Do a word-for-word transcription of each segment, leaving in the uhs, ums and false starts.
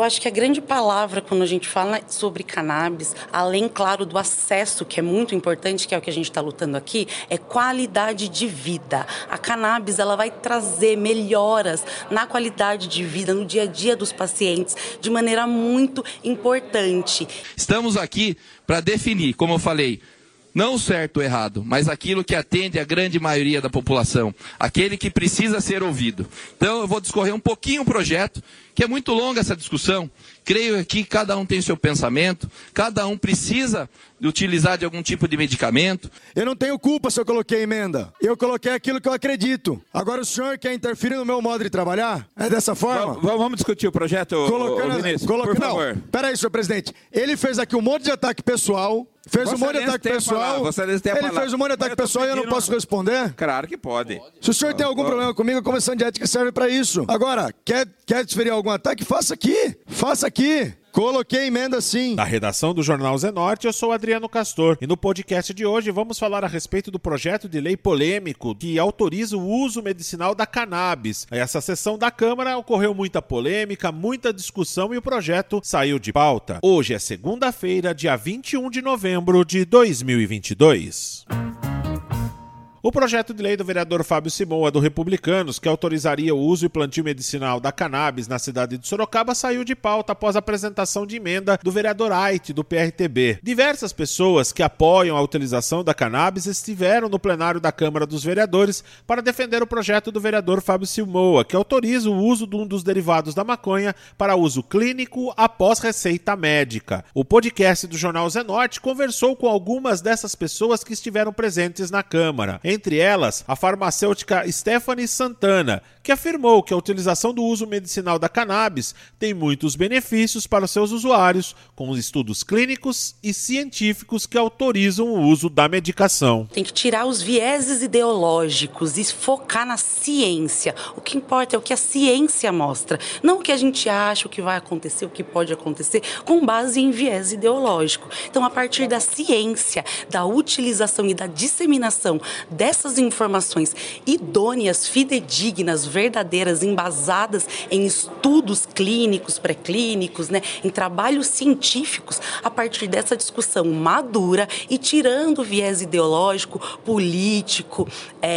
acho que a grande palavra quando a gente fala sobre cannabis, além, claro, do acesso, que é muito importante, que é o que a gente está lutando aqui, é qualidade de vida. A cannabis, ela vai trazer melhoras na qualidade de vida, no dia a dia dos pacientes, de maneira muito importante. Estamos aqui para definir, como eu falei, não o certo ou errado, mas aquilo que atende a grande maioria da população, aquele que precisa ser ouvido. Então eu vou discorrer um pouquinho o projeto, que é muito longa essa discussão. Creio que cada um tem seu pensamento, cada um precisa utilizar de algum tipo de medicamento. Eu não tenho culpa se eu coloquei emenda. Eu coloquei aquilo que eu acredito. Agora o senhor quer interferir no meu modo de trabalhar? É dessa forma? V- vamos discutir o projeto, Colocando, ô, Vinícius, coloca, por não, favor. Peraí, senhor presidente. Ele fez aqui um monte de ataque pessoal. Fez um monte de ataque pessoal. Ele fez um monte de ataque pessoal e eu não posso responder? Claro que pode. Se o senhor tem algum problema comigo, a comissão de ética serve para isso. Agora, quer, quer desferir algum ataque? Faça aqui. Faça aqui. Coloquei emenda sim. Da redação do Jornal Zenorte, eu sou Adriano Castor. E no podcast de hoje vamos falar a respeito do projeto de lei polêmico que autoriza o uso medicinal da cannabis. Essa sessão da Câmara ocorreu muita polêmica, muita discussão e o projeto saiu de pauta. Hoje é segunda-feira, dia vinte e um de novembro de dois mil e vinte e dois. O projeto de lei do vereador Fábio Simoa, do Republicanos, que autorizaria o uso e plantio medicinal da cannabis na cidade de Sorocaba, saiu de pauta após a apresentação de emenda do vereador Ait, do P R T B. Diversas pessoas que apoiam a utilização da cannabis estiveram no plenário da Câmara dos Vereadores para defender o projeto do vereador Fábio Simoa, que autoriza o uso de um dos derivados da maconha para uso clínico após receita médica. O podcast do Jornal Zenorte conversou com algumas dessas pessoas que estiveram presentes na Câmara. Entre elas, a farmacêutica Stephanie Santana, que afirmou que a utilização do uso medicinal da cannabis tem muitos benefícios para os seus usuários, com estudos clínicos e científicos que autorizam o uso da medicação. Tem que tirar os vieses ideológicos e focar na ciência. O que importa é o que a ciência mostra, não o que a gente acha, o que vai acontecer, o que pode acontecer, com base em viés ideológico. Então, a partir da ciência, da utilização e da disseminação dessas informações idôneas, fidedignas, verdadeiras, embasadas em estudos clínicos, pré-clínicos, né, em trabalhos científicos, a partir dessa discussão madura e tirando o viés ideológico, político,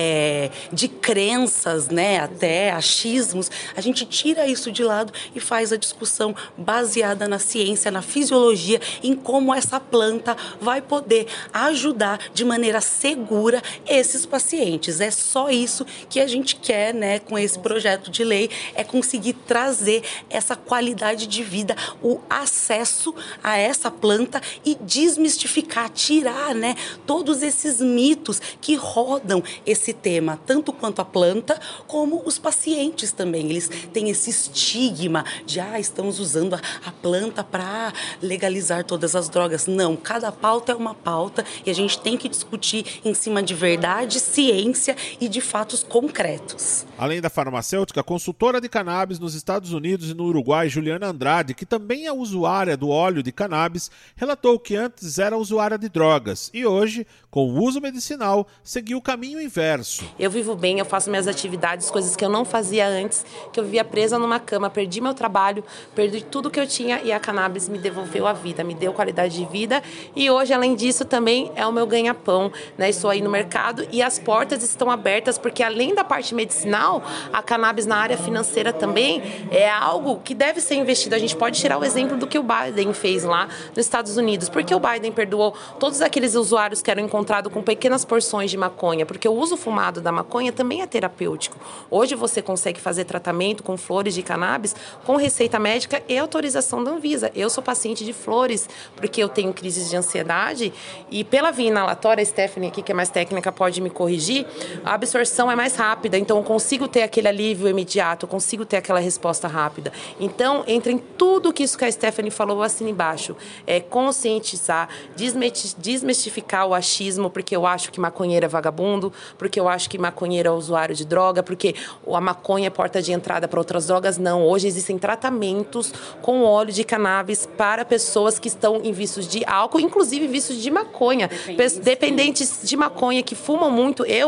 é, de crenças, né, até achismos, a gente tira isso de lado e faz a discussão baseada na ciência, na fisiologia, em como essa planta vai poder ajudar de maneira segura esses pacientes. É só isso que a gente quer, né, com esse projeto de lei, é conseguir trazer essa qualidade de vida, o acesso a essa planta e desmistificar, tirar, né, todos esses mitos que rodam esse tema, tanto quanto a planta, como os pacientes também. Eles têm esse estigma de, ah, estamos usando a, a planta para legalizar todas as drogas. Não, cada pauta é uma pauta e a gente tem que discutir em cima de verdade, ciência e de fatos concretos. Além da farmacêutica, consultora de cannabis nos Estados Unidos e no Uruguai, Juliana Andrade, que também é usuária do óleo de cannabis, relatou que antes era usuária de drogas e hoje, com o uso medicinal, seguiu o caminho inverso. Eu vivo bem, eu faço minhas atividades, coisas que eu não fazia antes, que eu vivia presa numa cama, perdi meu trabalho, perdi tudo que eu tinha e a cannabis me devolveu a vida, me deu qualidade de vida e hoje, além disso, também é o meu ganha-pão, né? Estou aí no mercado e as portas estão abertas porque, além da parte medicinal, a cannabis na área financeira também é algo que deve ser investido. A gente pode tirar o exemplo do que o Biden fez lá nos Estados Unidos. Por que o Biden perdoou todos aqueles usuários que eram encontrados com pequenas porções de maconha? Porque o uso fumado da maconha também é terapêutico. Hoje você consegue fazer tratamento com flores de cannabis com receita médica e autorização da Anvisa. Eu sou paciente de flores porque eu tenho crises de ansiedade e pela via inalatória, a Stephanie aqui, que é mais técnica, pode me corrigir, a absorção é mais rápida, então eu consigo ter aquele alívio imediato, eu consigo ter aquela resposta rápida. Então, entra em tudo que isso que a Stephanie falou, assina embaixo. É conscientizar, desmistificar o achismo, porque eu acho que maconheiro é vagabundo, porque eu acho que maconheiro é usuário de droga, porque a maconha é porta de entrada para outras drogas. Não, hoje existem tratamentos com óleo de cannabis para pessoas que estão em vícios de álcool, inclusive vícios de maconha. Dependentes, dependentes de maconha que fumam muito. Eu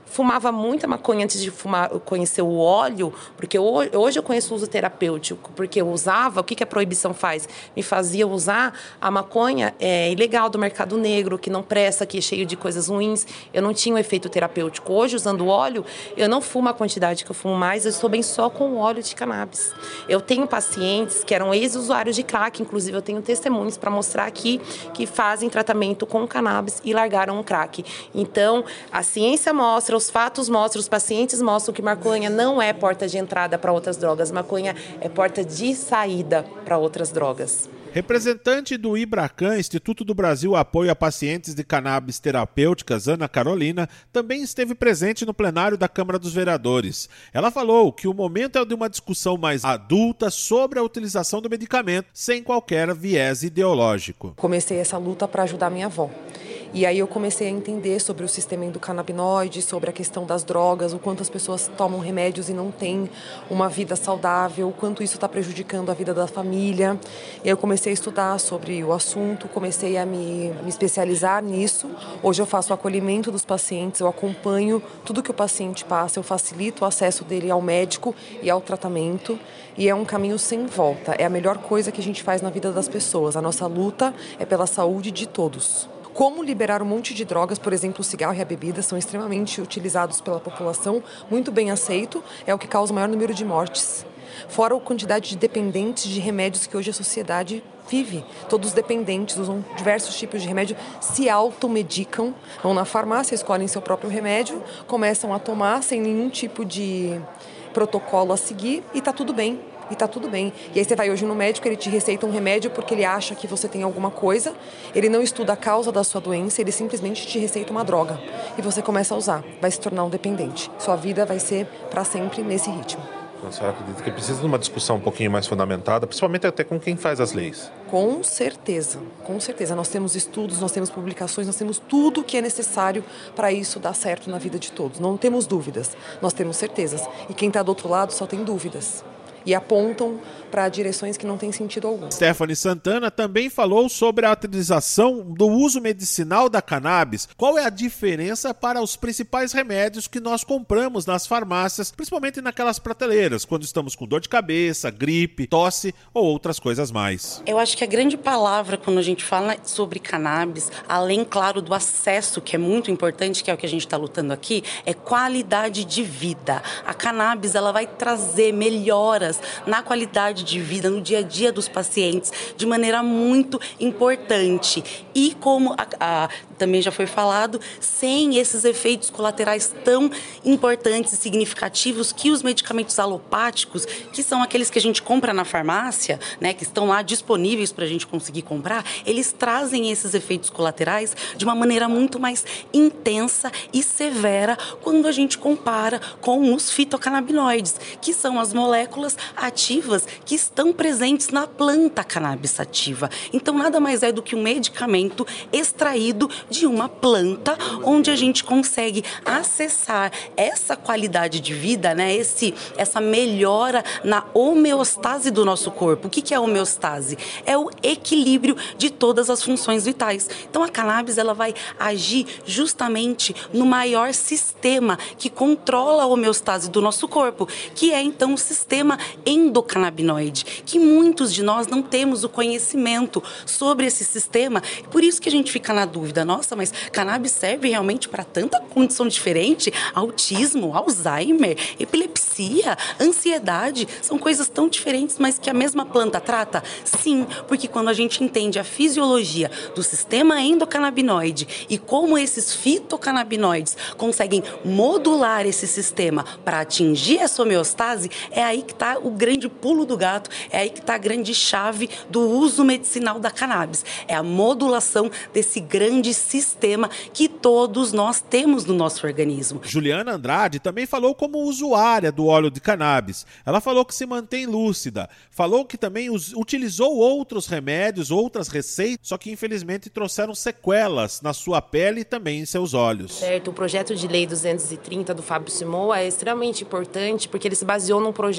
fumava muita maconha antes de fumar, conhecer o óleo, porque hoje eu conheço o uso terapêutico, porque eu usava, o que a proibição faz? Me fazia usar a maconha é, ilegal do mercado negro, que não presta, que é cheio de coisas ruins. Eu não tinha um efeito terapêutico. Hoje, usando o óleo, eu não fumo a quantidade que eu fumo mais, eu estou bem só com o óleo de cannabis. Eu tenho pacientes que eram ex-usuários de crack, inclusive eu tenho testemunhos para mostrar aqui que fazem tratamento com cannabis e largaram o crack. Então, a ciência mostra, os fatos mostram, os pacientes mostram que maconha não é porta de entrada para outras drogas, maconha é porta de saída para outras drogas. Representante do IBRACAN, Instituto do Brasil Apoio a Pacientes de Cannabis Terapêuticas, Ana Carolina, também esteve presente no plenário da Câmara dos Vereadores. Ela falou que o momento é o de uma discussão mais adulta sobre a utilização do medicamento, sem qualquer viés ideológico. Comecei essa luta para ajudar minha avó. E aí eu comecei a entender sobre o sistema endocannabinoide, sobre a questão das drogas, o quanto as pessoas tomam remédios e não têm uma vida saudável, o quanto isso está prejudicando a vida da família. E aí eu comecei a estudar sobre o assunto, comecei a me, me especializar nisso. Hoje eu faço o acolhimento dos pacientes, eu acompanho tudo que o paciente passa, eu facilito o acesso dele ao médico e ao tratamento. E é um caminho sem volta, é a melhor coisa que a gente faz na vida das pessoas. A nossa luta é pela saúde de todos. Como liberar um monte de drogas, por exemplo, o cigarro e a bebida, são extremamente utilizados pela população, muito bem aceito, é o que causa o maior número de mortes. Fora a quantidade de dependentes de remédios que hoje a sociedade vive. Todos dependentes, usam diversos tipos de remédio, se automedicam, vão na farmácia, escolhem seu próprio remédio, começam a tomar sem nenhum tipo de protocolo a seguir e está tudo bem. E tá tudo bem. E aí você vai hoje no médico, ele te receita um remédio porque ele acha que você tem alguma coisa, ele não estuda a causa da sua doença, ele simplesmente te receita uma droga. E você começa a usar, vai se tornar um dependente. Sua vida vai ser para sempre nesse ritmo. A senhora acredita que precisa de uma discussão um pouquinho mais fundamentada, principalmente até com quem faz as leis? Com certeza, com certeza. Nós temos estudos, nós temos publicações, nós temos tudo que é necessário para isso dar certo na vida de todos. Não temos dúvidas, nós temos certezas. E quem está do outro lado só tem dúvidas. E apontam para direções que não têm sentido algum. Stephanie Santana também falou sobre a utilização do uso medicinal da cannabis. Qual é a diferença para os principais remédios que nós compramos nas farmácias, principalmente naquelas prateleiras, quando estamos com dor de cabeça, gripe, tosse ou outras coisas mais? Eu acho que a grande palavra quando a gente fala sobre cannabis, além, claro, do acesso, que é muito importante, que é o que a gente está lutando aqui, é qualidade de vida. A cannabis, ela vai trazer melhoras na qualidade de vida, no dia a dia dos pacientes, de maneira muito importante. E como a, a, também já foi falado, sem esses efeitos colaterais tão importantes e significativos que os medicamentos alopáticos, que são aqueles que a gente compra na farmácia, né, que estão lá disponíveis para a gente conseguir comprar, eles trazem esses efeitos colaterais de uma maneira muito mais intensa e severa quando a gente compara com os fitocannabinoides, que são as moléculas ativas que estão presentes na planta cannabis sativa. Então, nada mais é do que um medicamento extraído de uma planta, onde a gente consegue acessar essa qualidade de vida, né? Esse, essa melhora na homeostase do nosso corpo. O que que é a homeostase? É o equilíbrio de todas as funções vitais. Então, a cannabis, ela vai agir justamente no maior sistema que controla a homeostase do nosso corpo, que é, então, o sistema endocannabinoide, que muitos de nós não temos o conhecimento sobre esse sistema, por isso que a gente fica na dúvida, nossa, mas cannabis serve realmente para tanta condição diferente? Autismo, Alzheimer, epilepsia, ansiedade, são coisas tão diferentes, mas que a mesma planta trata? Sim, porque quando a gente entende a fisiologia do sistema endocannabinoide e como esses fitocannabinoides conseguem modular esse sistema para atingir essa homeostase, é aí que está o grande pulo do gato, é aí que está a grande chave do uso medicinal da cannabis. É a modulação desse grande sistema que todos nós temos no nosso organismo. Juliana Andrade também falou como usuária do óleo de cannabis. Ela falou que se mantém lúcida, falou que também us- utilizou outros remédios, outras receitas, só que infelizmente trouxeram sequelas na sua pele e também em seus olhos. Certo, o projeto de lei duzentos e trinta do Fábio Simoa é extremamente importante porque ele se baseou num projeto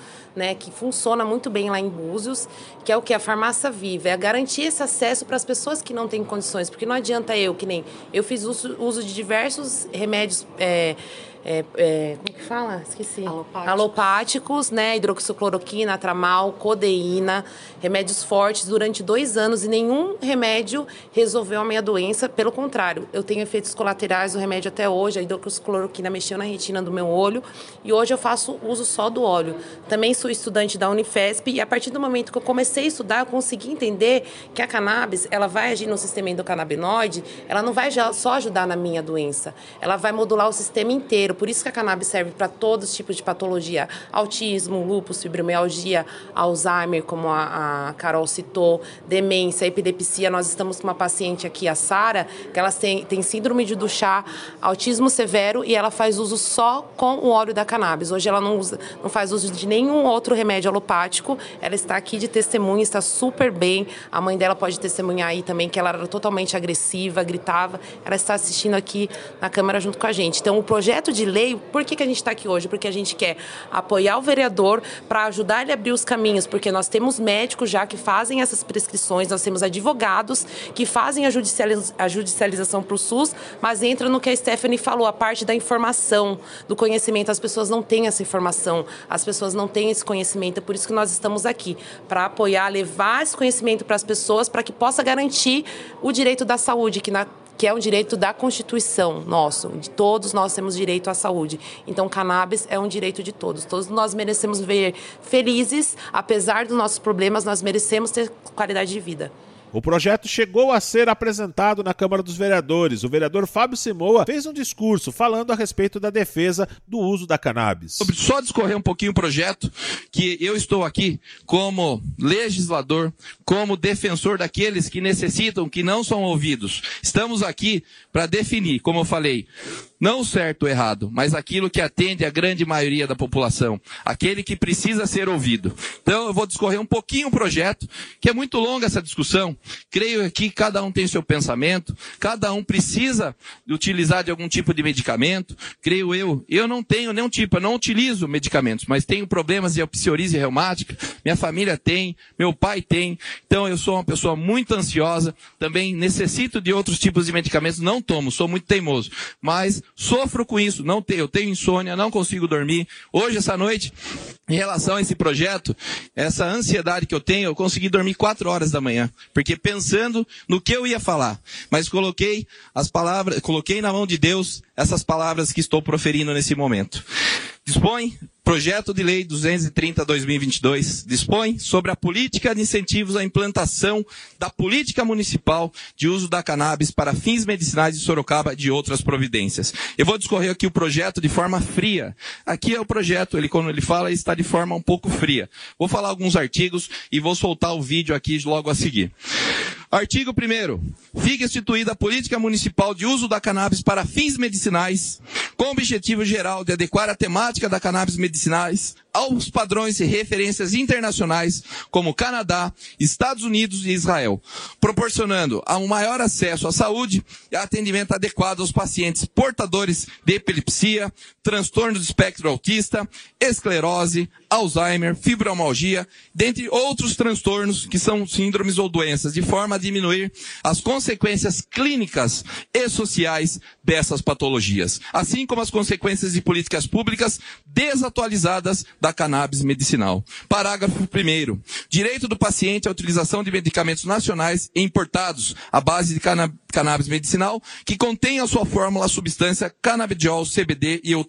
né, que funciona muito bem lá em Búzios, que é o que? A farmácia viva, é garantir esse acesso para as pessoas que não têm condições, porque não adianta eu, que nem eu fiz uso, uso de diversos remédios, é, É, é, como que fala? Esqueci. Alopáticos. Alopáticos, né? Hidroxicloroquina, tramal, codeína, remédios fortes durante dois anos e nenhum remédio resolveu a minha doença. Pelo contrário, eu tenho efeitos colaterais do remédio até hoje. A hidroxicloroquina mexeu na retina do meu olho e hoje eu faço uso só do óleo. Também sou estudante da Unifesp e a partir do momento que eu comecei a estudar, eu consegui entender que a cannabis, ela vai agir no sistema endocannabinoide, ela não vai só ajudar na minha doença, ela vai modular o sistema inteiro. Por isso que a cannabis serve para todos os tipos de patologia. Autismo, lúpus, fibromialgia, Alzheimer, como a, a Carol citou, demência, epilepsia. Nós estamos com uma paciente aqui, a Sara, que ela tem, tem síndrome de Duchenne, autismo severo, e ela faz uso só com o óleo da cannabis. Hoje ela não, usa, não faz uso de nenhum outro remédio alopático. Ela está aqui de testemunha, está super bem. A mãe dela pode testemunhar aí também, que ela era totalmente agressiva, gritava. Ela está assistindo aqui na câmera junto com a gente. Então, o projeto de de lei, por que, que a gente está aqui hoje? Porque a gente quer apoiar o vereador para ajudar ele a abrir os caminhos, porque nós temos médicos já que fazem essas prescrições, nós temos advogados que fazem a, judicializ- a judicialização para o SUS, mas entra no que a Stephanie falou, a parte da informação, do conhecimento. As pessoas não têm essa informação, as pessoas não têm esse conhecimento, é por isso que nós estamos aqui, para apoiar, levar esse conhecimento para as pessoas, para que possa garantir o direito da saúde, que na que é um direito da Constituição nosso, de todos nós temos direito à saúde. Então, cannabis é um direito de todos. Todos nós merecemos viver felizes, apesar dos nossos problemas, nós merecemos ter qualidade de vida. O projeto chegou a ser apresentado na Câmara dos Vereadores. O vereador Fábio Simoa fez um discurso falando a respeito da defesa do uso da cannabis. Só discorrer um pouquinho o projeto, que eu estou aqui como legislador, como defensor daqueles que necessitam, que não são ouvidos. Estamos aqui para definir, como eu falei, não o certo ou errado, mas aquilo que atende a grande maioria da população, aquele que precisa ser ouvido. Então eu vou discorrer um pouquinho o projeto, que é muito longa essa discussão. Creio que cada um tem seu pensamento, cada um precisa utilizar de algum tipo de medicamento. Creio eu, eu não tenho nenhum tipo, eu não utilizo medicamentos, mas tenho problemas de psoríase reumática, minha família tem, meu pai tem, então eu sou uma pessoa muito ansiosa, também necessito de outros tipos de medicamentos, não tomo, sou muito teimoso, mas sofro com isso, não tenho, eu tenho insônia, não consigo dormir. Hoje, essa noite, em relação a esse projeto, essa ansiedade que eu tenho, eu consegui dormir quatro horas da manhã, porque pensando no que eu ia falar, mas coloquei as palavras, coloquei na mão de Deus essas palavras que estou proferindo nesse momento. Dispõe, projeto de lei duzentos e trinta barra dois mil e vinte e dois, dispõe sobre a política de incentivos à implantação da política municipal de uso da cannabis para fins medicinais de Sorocaba e de outras providências. Eu vou discorrer aqui o projeto de forma fria. Aqui é o projeto, ele, quando ele fala, ele está de forma um pouco fria. Vou falar alguns artigos e vou soltar o vídeo aqui logo a seguir. Artigo primeiro. Fica instituída a política municipal de uso da cannabis para fins medicinais, com o objetivo geral de adequar a temática da cannabis medicinais aos padrões e referências internacionais como Canadá, Estados Unidos e Israel, proporcionando um maior acesso à saúde e atendimento adequado aos pacientes portadores de epilepsia, transtorno do espectro autista, esclerose, Alzheimer, fibromialgia, dentre outros transtornos que são síndromes ou doenças, de forma a diminuir as consequências clínicas e sociais dessas patologias, assim como as consequências de políticas públicas desatualizadas da cannabis medicinal. Parágrafo primeiro. Direito do paciente à utilização de medicamentos nacionais e importados à base de cana- cannabis medicinal que contém a sua fórmula a substância canabidiol C B D e o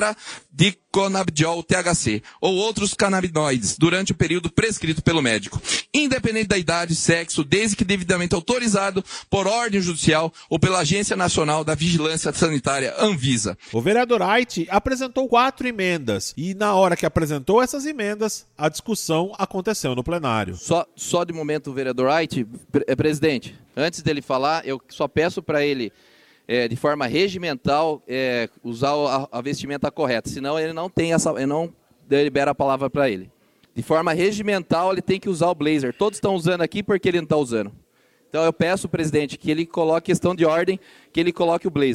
tetradiconabidiol T H C ou outros canabinoides durante o período prescrito pelo médico, independente da idade, sexo, desde que devidamente autorizado por ordem judicial ou pela Agência Nacional da Vigilância Sanitária, Anvisa. O vereador Aite apresentou quatro emendas e na hora que apresentou essas emendas, a discussão aconteceu no plenário. Só, só de momento o vereador Aite, pre- presidente, antes dele falar, eu só peço para ele, é, de forma regimental, é, usar a, a vestimenta correta, senão ele não tem essa, eu não libera a palavra para ele. De forma regimental, ele tem que usar o blazer. Todos estão usando aqui porque ele não está usando. Então eu peço, presidente, que ele coloque questão de ordem, que ele coloque o blazer.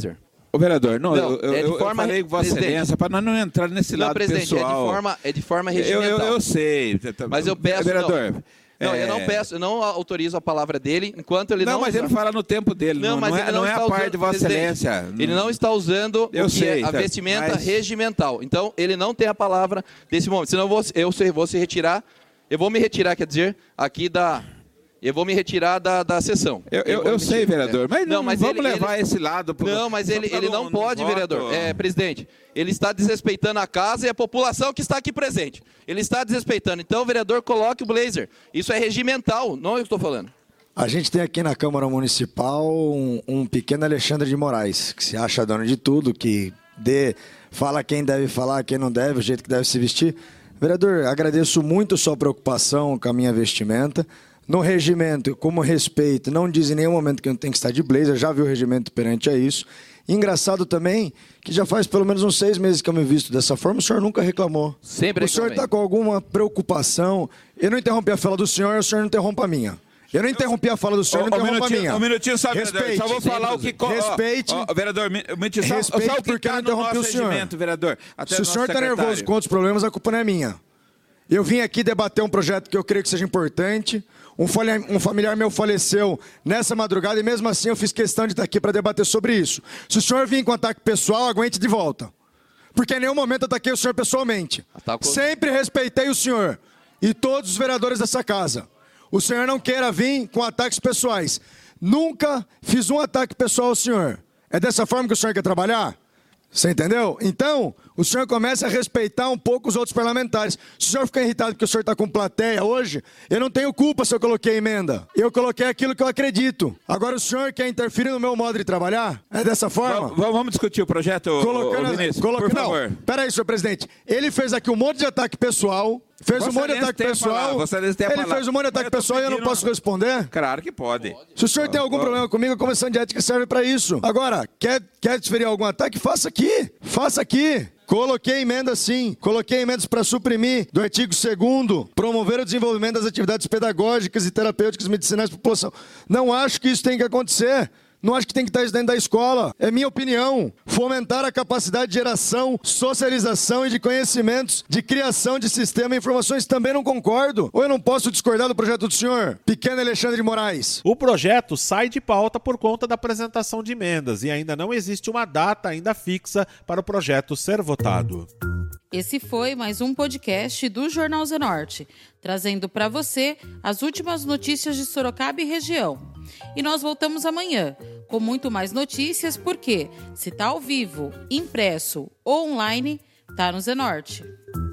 Ô, vereador, não, Não, eu, é de eu, forma- eu falei com Vossa presidente. Excelência para nós não entrar nesse Não, lado presidente, pessoal. é de forma, é de forma eu, regimental. eu, eu sei. Mas eu peço... Vereador... Não, não é... eu não peço, eu não autorizo a palavra dele enquanto ele não... Não, mas ele fala no tempo dele, não, Não, mas não é, ele não não é está a parte usando, de Vossa presidente, Excelência. Ele não está usando Eu o que sei, é a tá, vestimenta mas- regimental. Então, ele não tem a palavra desse momento. Senão eu vou, eu se- vou se retirar, eu vou me retirar, quer dizer, aqui da... Eu vou me retirar da, da sessão. Eu, eu, vou eu me sei, retirar. vereador, mas não, Não, mas vamos ele- levar ele- esse lado. Pro... Não, mas ele, Só ele pelo- não no pode, voto. vereador. É, presidente, ele está desrespeitando a casa e a população que está aqui presente. Ele está desrespeitando. Então, vereador, coloque o blazer. Isso é regimental, não é o que eu estou falando. A gente tem aqui na Câmara Municipal um, um pequeno Alexandre de Moraes, que se acha dono de tudo, que dê, fala quem deve falar, quem não deve, o jeito que deve se vestir. Vereador, agradeço muito sua preocupação com a minha vestimenta. No regimento, como respeito, não diz em nenhum momento que eu não tenho que estar de blazer, já vi o regimento perante a isso. Engraçado também que já faz pelo menos uns seis meses que eu me visto dessa forma, o senhor nunca reclamou. Sempre O senhor reclamei. está com alguma preocupação. Eu não interrompi a fala do senhor, o senhor não interrompa a minha. Eu não interrompi a fala do senhor, Ô, não ô, interrompa a minutinho, minha. Um minutinho só, vereador. Respeite. Só vou falar o que... ó, Respeite. ó, vereador, mi- minutinho, só, Respeite, só o que porque eu está não no interrompi nosso o senhor. regimento, vereador. Até Se o nosso senhor está secretário. nervoso com outros problemas, a culpa não é minha. Eu vim aqui debater um projeto que eu creio que seja importante. Um, fali- um familiar meu faleceu nessa madrugada e mesmo assim eu fiz questão de estar aqui para debater sobre isso. Se o senhor vir com ataque pessoal, aguente de volta. Porque em nenhum momento eu ataquei o senhor pessoalmente. Ataco- Sempre respeitei o senhor e todos os vereadores dessa casa. O senhor não queira vir com ataques pessoais. Nunca fiz um ataque pessoal ao senhor. É dessa forma que o senhor quer trabalhar? Você entendeu? Então, o senhor começa a respeitar um pouco os outros parlamentares. Se o senhor ficar irritado porque o senhor está com plateia hoje, eu não tenho culpa se eu coloquei emenda. Eu coloquei aquilo que eu acredito. Agora o senhor quer interferir no meu modo de trabalhar? É dessa forma? Va- va- Vamos discutir o projeto, ô, Colocando, ô, Vinícius, coloca- por favor. Não, peraí, senhor presidente. Ele fez aqui um monte de ataque pessoal. Fez Vossa um monte de Excelência ataque tem a pessoal. palavra, Vossa Excelência tem a Ele palavra. fez um monte de Mas ataque eu tô pessoal e eu não pedindo- posso responder? Claro que pode. Se o senhor tem algum problema comigo, a comissão de ética serve para isso. Agora, quer, quer desferir algum ataque? Faça aqui. Faça aqui. Coloquei emenda sim. Coloquei emendas para suprimir do artigo segundo, promover o desenvolvimento das atividades pedagógicas e terapêuticas medicinais da população. Não acho que isso tem que acontecer. Não acho que tem que estar isso dentro da escola. É minha opinião. Fomentar a capacidade de geração, socialização e de conhecimentos, de criação de sistema e informações, também não concordo. Ou eu não posso discordar do projeto do senhor? Pequeno Alexandre de Moraes. O projeto sai de pauta por conta da apresentação de emendas e ainda não existe uma data ainda fixa para o projeto ser votado. Esse foi mais um podcast do Jornal Zenorte, trazendo para você as últimas notícias de Sorocaba e região. E nós voltamos amanhã com muito mais notícias, porque se tá ao vivo, impresso ou online, tá no Zenorte.